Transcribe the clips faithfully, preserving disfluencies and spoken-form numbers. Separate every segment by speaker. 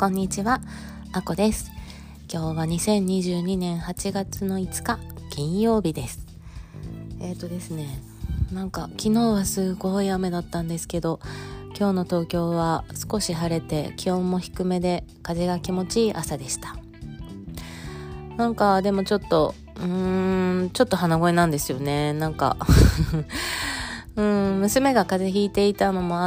Speaker 1: こんにちは、あこです。今日はにせんにじゅうにねんはちがつのいつか金曜日です。えーとですねなんか昨日はすごい雨だったんですけど、今日の東京は少し晴れて気温も低めで風が気持ちいい朝でした。なんかでもちょっとうーんちょっと鼻声なんですよね。なんかうん娘が風邪ひいていたのもあって、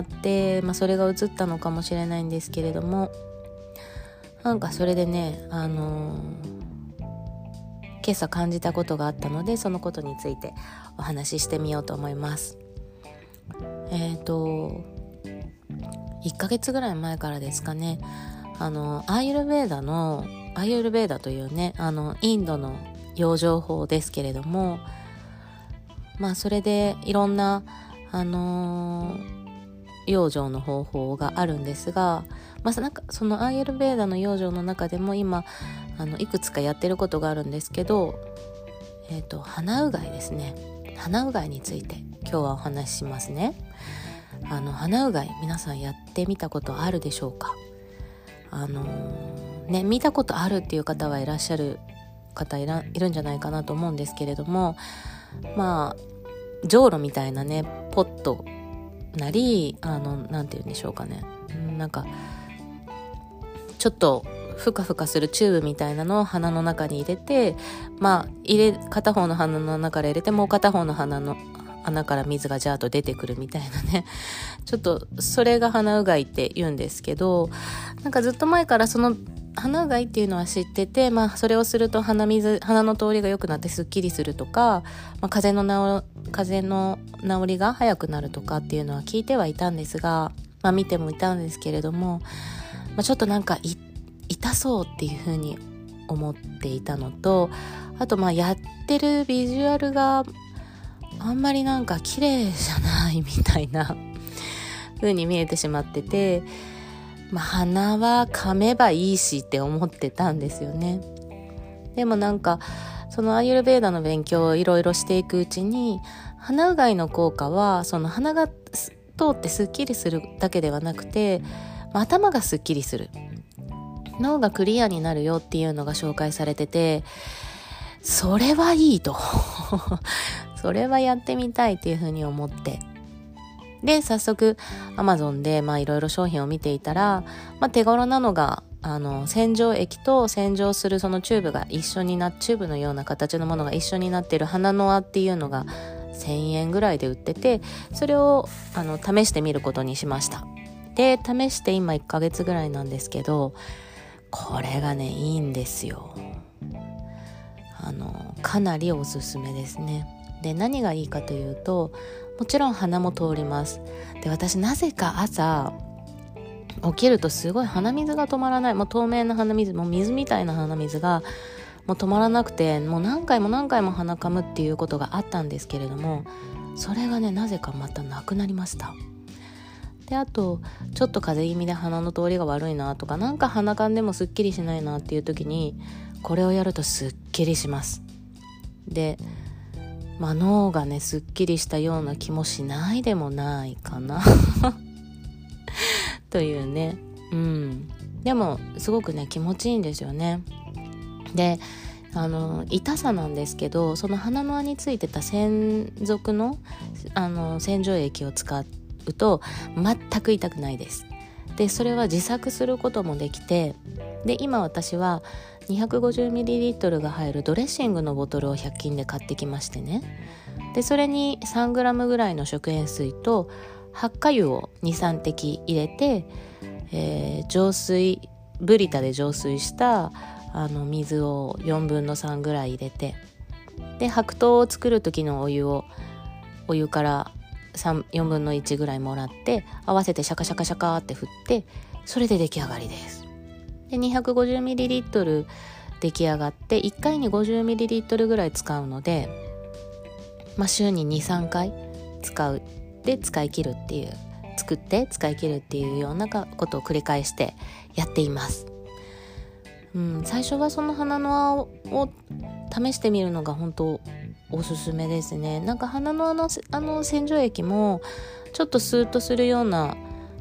Speaker 1: まあ、それがうつったのかもしれないんですけれども、なんかそれでねあのー、今朝感じたことがあったので、そのことについてお話ししてみようと思います。えっといっかげつぐらい前からですかね、あのアーユルヴェーダのアーユルヴェーダというねあのインドの養生法ですけれども、まあそれでいろんなあのー、養生の方法があるんですが、まあなんかそのアーユルヴェーダの養生の中でも今あのいくつかやってることがあるんですけど、えっと鼻うがいですね。鼻うがいについて今日はお話ししますね。あの鼻うがい皆さんやってみたことあるでしょうか。あのー、ね見たことあるっていう方はいらっしゃる方いらいるんじゃないかなと思うんですけれども、まあじょうろみたいなねポットなり、あのなんて言うんでしょうかね、んなんかちょっとふかふかするチューブみたいなのを鼻の中に入れて、まあ入れ片方の鼻の中から入れて、もう片方の鼻の穴から水がジャーッと出てくるみたいなね、ちょっとそれが鼻うがいって言うんですけど、なんかずっと前からその鼻うがいっていうのは知ってて、まあそれをすると鼻水鼻の通りが良くなってすっきりするとか、まあ、風邪の治風邪の治りが早くなるとかっていうのは聞いてはいたんですが、まあ見てもいたんですけれども、まあ、ちょっとなんかい痛そうっていう風に思っていたのと、あとまあやってるビジュアルがあんまりなんか綺麗じゃないみたいな風に見えてしまってて、まあ、鼻は噛めばいいしって思ってたんですよね。でもなんかそのアーユルヴェーダの勉強をいろいろしていくうちに、鼻うがいの効果はその鼻が通ってすっきりするだけではなくて、まあ、頭がすっきりする、脳がクリアになるよっていうのが紹介されてて、それはいいとそれはやってみたいっていうふうに思って、で早速 Amazon でまあいろいろ商品を見ていたら、まあ、手頃なのがあの洗浄液と洗浄するそのチューブが一緒になチューブのような形のものが一緒になっている鼻の輪っていうのがせんえんぐらいで売ってて、それをあの試してみることにしました。で試して今いっかげつぐらいなんですけど、これがねいいんですよ。あのかなりおすすめですね。で何がいいかというと、もちろん鼻も通ります。で私なぜか朝起きるとすごい鼻水が止まらない、もう透明な鼻水、もう水みたいな鼻水がもう止まらなくて、もう何回も何回も鼻かむっていうことがあったんですけれども、それがねなぜかまたなくなりました。であとちょっと風邪気味で鼻の通りが悪いなとか、なんか鼻かんでもすっきりしないなっていう時にこれをやるとすっきりします。でまあ、脳がねすっきりしたような気もしないでもないかなというね、うんでもすごくね気持ちいいんですよね。であの痛さなんですけど、その鼻の輪についてた専属のあの洗浄液を使うと全く痛くないです。でそれは自作することもできて、で今私は にひゃくごじゅうミリリットル が入るドレッシングのボトルをひゃく均で買ってきましてね、でそれに さんグラム ぐらいの食塩水と発火油を にさんてき入れて、えー、浄水ブリタで浄水したあの水をよんぶんのさんぐらい入れて、で白桃を作る時のお湯をお湯からよんぶんのいちぐらいもらって合わせてシャカシャカシャカって振って、それで出来上がりです。で にひゃくごじゅうミリリットル 出来上がって、いっかいに ごじゅうミリリットル ぐらい使うので、まあ、週に にさんかい使うで使い切るっていう作って使い切るっていうようなことを繰り返してやっています。うん、最初はその鼻の輪を試してみるのが本当おすすめですね。なんか鼻のあの、あの洗浄液もちょっとスーッとするような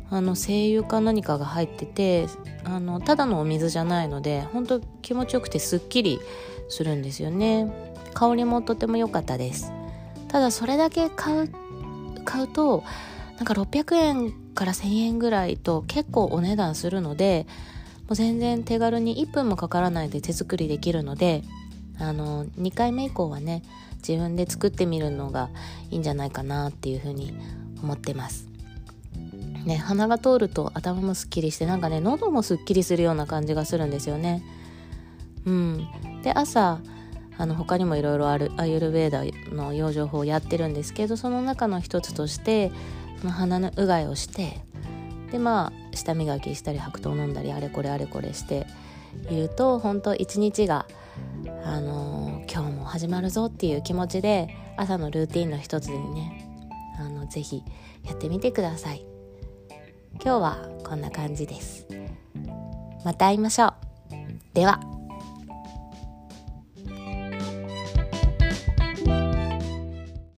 Speaker 1: あの精油か何かが入ってて、あのただのお水じゃないので本当気持ちよくてすっきりするんですよね。香りもとても良かったです。ただそれだけ買う買うとなんかろっぴゃくえんからせんえんぐらいと結構お値段するので、もう全然手軽にいっぷんもかからないで手作りできるので、あのにかいめ以降はね自分で作ってみるのがいいんじゃないかなっていうふうに思ってますね。鼻が通ると頭もすっきりして、なんかね喉もすっきりするような感じがするんですよね。うんで朝あの他にもいろいろあるアーユルヴェーダの養生法をやってるんですけど、その中の一つとしてその鼻のうがいをして、でまあ舌磨きしたり白桃飲んだりあれこれあれこれしていると、本当一日があのー、今日も始まるぞっていう気持ちで朝のルーティンの一つにね、あのぜひやってみてください。今日はこんな感じです。また会いましょう。では。